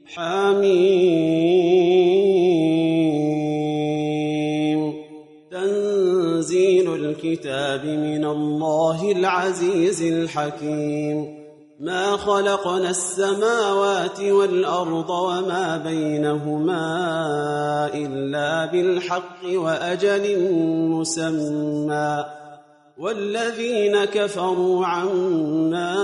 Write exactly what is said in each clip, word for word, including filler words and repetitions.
حميم. تنزيل الكتاب من الله العزيز الحكيم. ما خلقنا السماوات والأرض وما بينهما إلا بالحق وأجل مسمى، والذين كفروا عما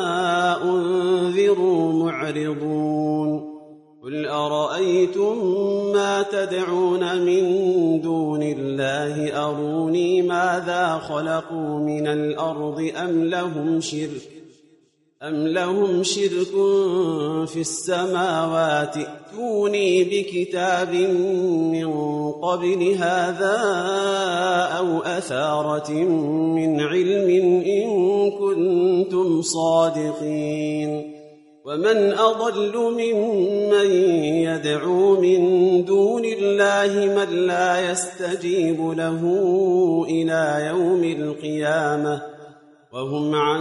أنذروا معرضون. قل أرأيتم ما تدعون من دون الله أروني ماذا خلقوا من الأرض أم لهم شرك أم لهم شرك في السماوات ائتوني بكتاب من قبل هذا أو أثارة من علم إن كنتم صادقين. ومن أضل ممن يدعو من دون الله من لا يستجيب له إلى يوم القيامة وهم عن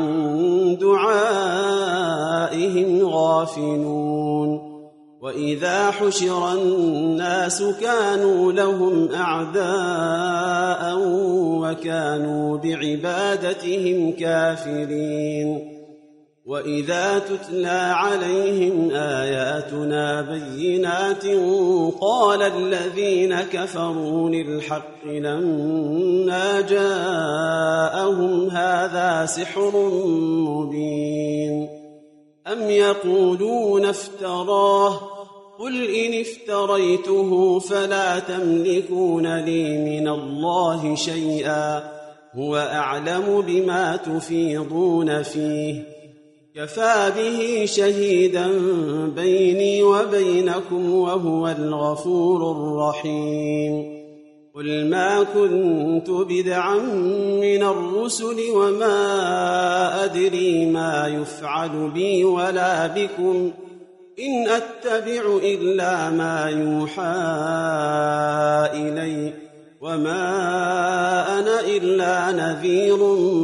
دعائهم غافلون. وإذا حشر الناس كانوا لهم أعداء وكانوا بعبادتهم كافرين. وإذا تتلى عليهم آياتنا بينات قال الذين كفروا للحق لما جاءهم هذا سحر مبين. أم يقولون افتراه قل إن افتريته فلا تملكون لي من الله شيئا هو أعلم بما تفيضون فيه كفى به شهيدا بيني وبينكم وهو الغفور الرحيم. قل ما كنت بدعا من الرسل وما أدري ما يفعل بي ولا بكم إن أتبع إلا ما يوحى إلي وما أنا إلا نذير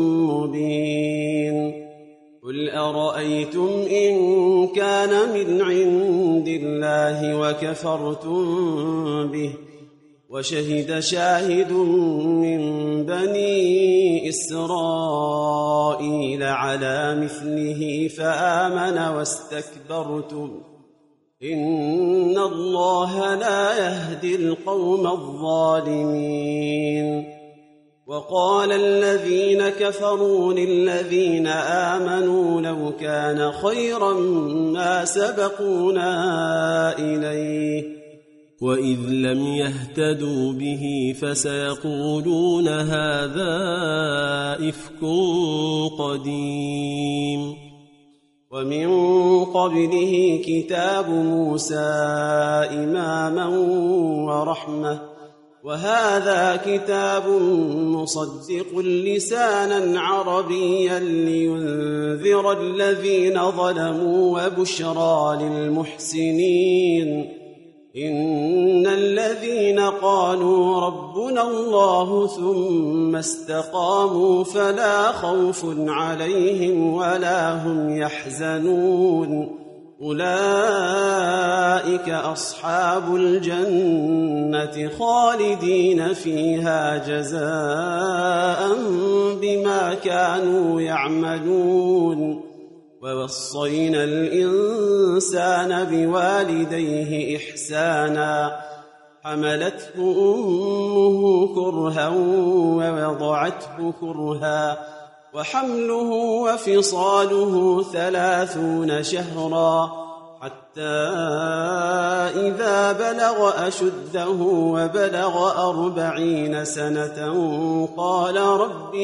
مبين. قل أرأيتم إن كان من عند الله وكفرتم به وشهد شاهد من بني إسرائيل على مثله فآمن واستكبرتم إن الله لا يهدي القوم الظالمين. وقال الذين كفروا للذين آمنوا لو كان خيرا ما سبقونا إليه وإذ لم يهتدوا به فسيقولون هذا إفك قديم. ومن قبله كتاب موسى إماما ورحمة وهذا كتاب مصدق لسانا عربيا لينذر الذين ظلموا وبشرى للمحسنين. إن الذين قالوا ربنا الله ثم استقاموا فلا خوف عليهم ولا هم يحزنون أولئك أصحاب الجنة خالدين فيها جزاء بما كانوا يعملون. ووصينا الإنسان بوالديه إحسانا حملته أمه كرها ووضعته كرها وحمله وفصاله ثلاثون شهرا حتى إذا بلغ أشده وبلغ أربعين سنة قال رب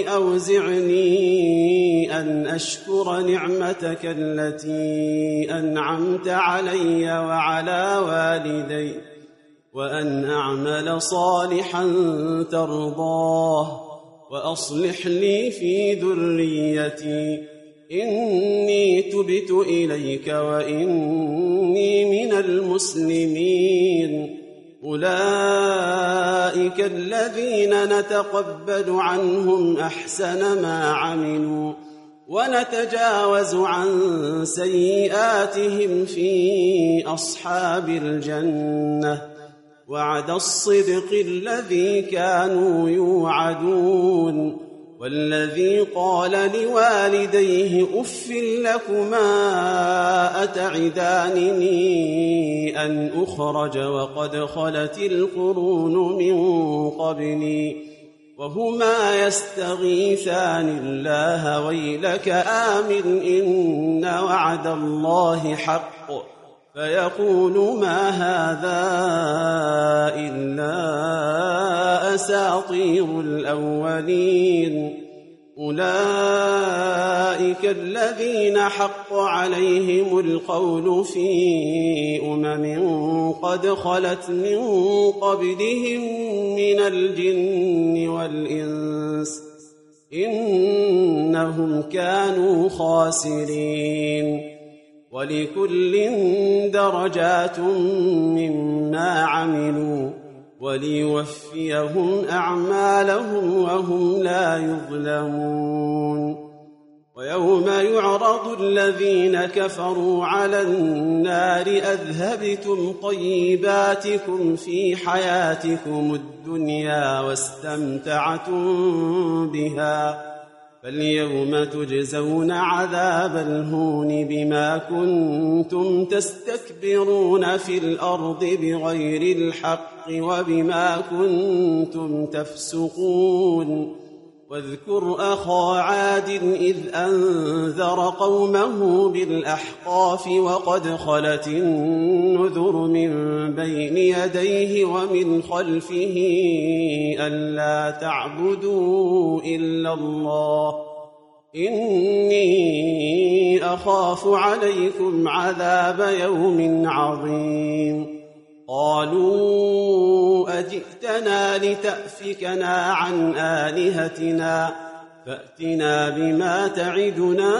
أوزعني أن أشكر نعمتك التي أنعمت علي وعلى والدي وأن أعمل صالحا ترضاه وأصلح لي في ذريتي إني تبت إليك وإني من المسلمين. أولئك الذين نتقبل عنهم أحسن ما عملوا ونتجاوز عن سيئاتهم في أصحاب الجنة وعد الصدق الذي كانوا يوعدون والذي قال لوالديه أف لكما أتعدانني أن أخرج وقد خلت القرون من قبلي وهما يستغيثان الله ويلك آمن إن وعد الله حق فيقول ما هذا إلا أساطير الأولين أولئك الذين حق عليهم القول في أمم قد خلت من قبلهم من الجن والإنس إنهم كانوا خاسرين ولكل درجات مما عملوا وليوفيهم أعمالهم وهم لا يظلمون ويوم يعرض الذين كفروا على النار أذهبتم طيباتكم في حياتكم الدنيا واستمتعتم بها فاليوم تجزون عذاب الهون بما كنتم تستكبرون في الأرض بغير الحق وبما كنتم تفسقون واذكر أخا عاد إذ أنذر قومه بالأحقاف وقد خلت النذر من بين يديه ومن خلفه ألا تعبدوا إلا الله إني أخاف عليكم عذاب يوم عظيم قالوا أجئتنا لتأفكنا عن آلهتنا فأتنا بما تعدنا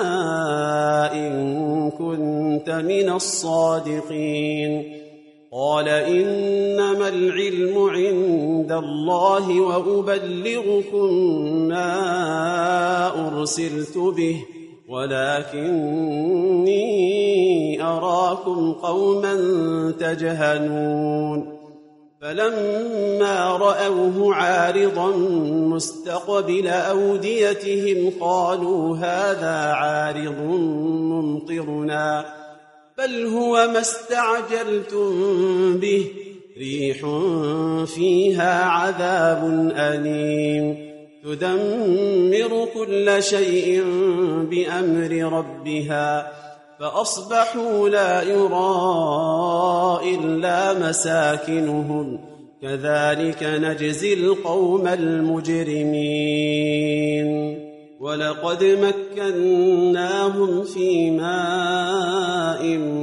إن كنت من الصادقين قال إنما العلم عند الله وأبلغكم ما أرسلت به ولكني أراكم قوما تجهلون فلما رأوه عارضا مستقبل أوديتهم قالوا هذا عارض ممطرنا بل هو ما استعجلتم به ريح فيها عذاب أليم تدمر كل شيء بأمر ربها فأصبحوا لا يرى إلا مساكنهم كذلك نجزي القوم المجرمين ولقد مكناهم في ماء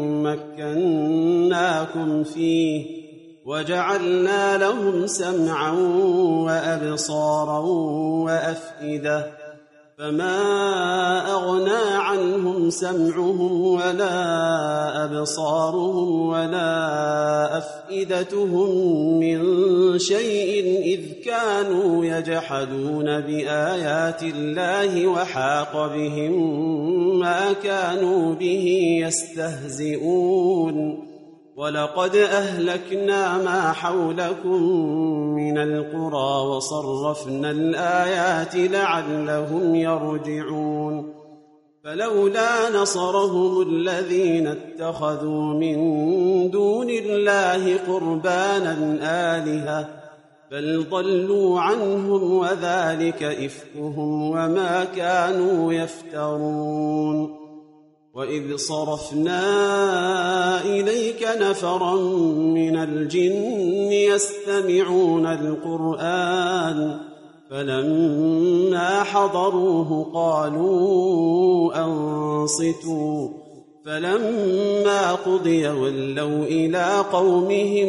مكناكم فيه وجعلنا لهم سمعا وأبصارا وأفئدة فما أغنى عنهم سمعهم ولا أبصارهم ولا أفئدتهم من شيء إذ كانوا يجحدون بآيات الله وحاق بهم ما كانوا به يستهزئون ولقد أهلكنا ما حولكم من القرى وصرفنا الآيات لعلهم يرجعون فلولا نصرهم الذين اتخذوا من دون الله قربانا آلهة بل ضلوا عنهم وذلك إفكهم وما كانوا يفترون وإذ صرفنا إليك نفرا من الجن يستمعون القرآن فلما حضروه قالوا أنصتوا فلما قضي ولوا إلى قومهم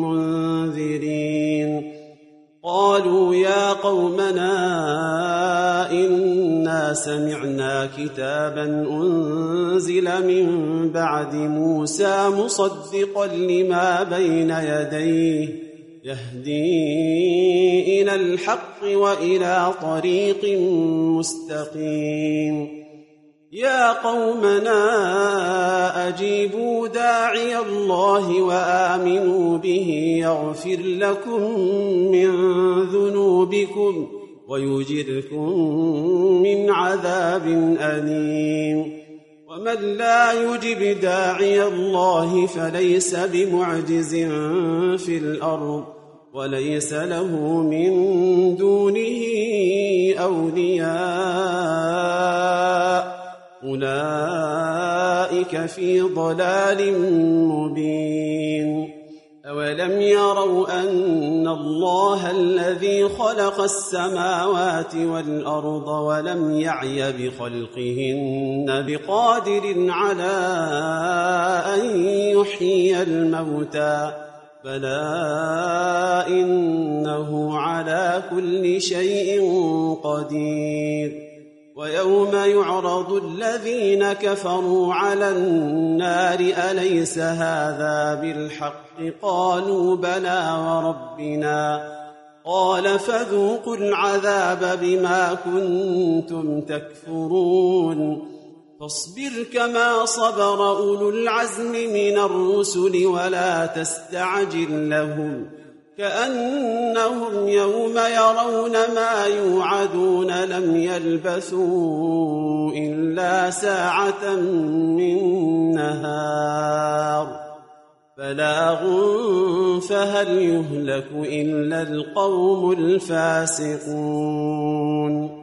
منذرين قالوا يا قومنا إنا سمعنا كتابا أنزل من بعد موسى مصدقا لما بين يديه يهدي إلى الحق وإلى طريق مستقيم يا قومنا أجيبوا داعي الله وآمنوا به يغفر لكم من ذنوبكم ويجركم من عذاب أليم ومن لا يجب داعي الله فليس بمعجز في الأرض وليس له من دونه أولياء أولئك في ضلال مبين أولم يروا أن الله الذي خلق السماوات والأرض ولم يعي بخلقهن بقادر على أن يحيي الموتى بلى إنه على كل شيء قدير ويوم يعرض الذين كفروا على النار أليس هذا بالحق قالوا بلى وربنا قال فذوقوا العذاب بما كنتم تكفرون فاصبر كما صبر أولو العزم من الرسل ولا تستعجل لهم كأنهم يوم يرون ما يوعدون لم يلبثوا إلا ساعة من نهار بلاغ فهل يهلك إلا القوم الفاسقون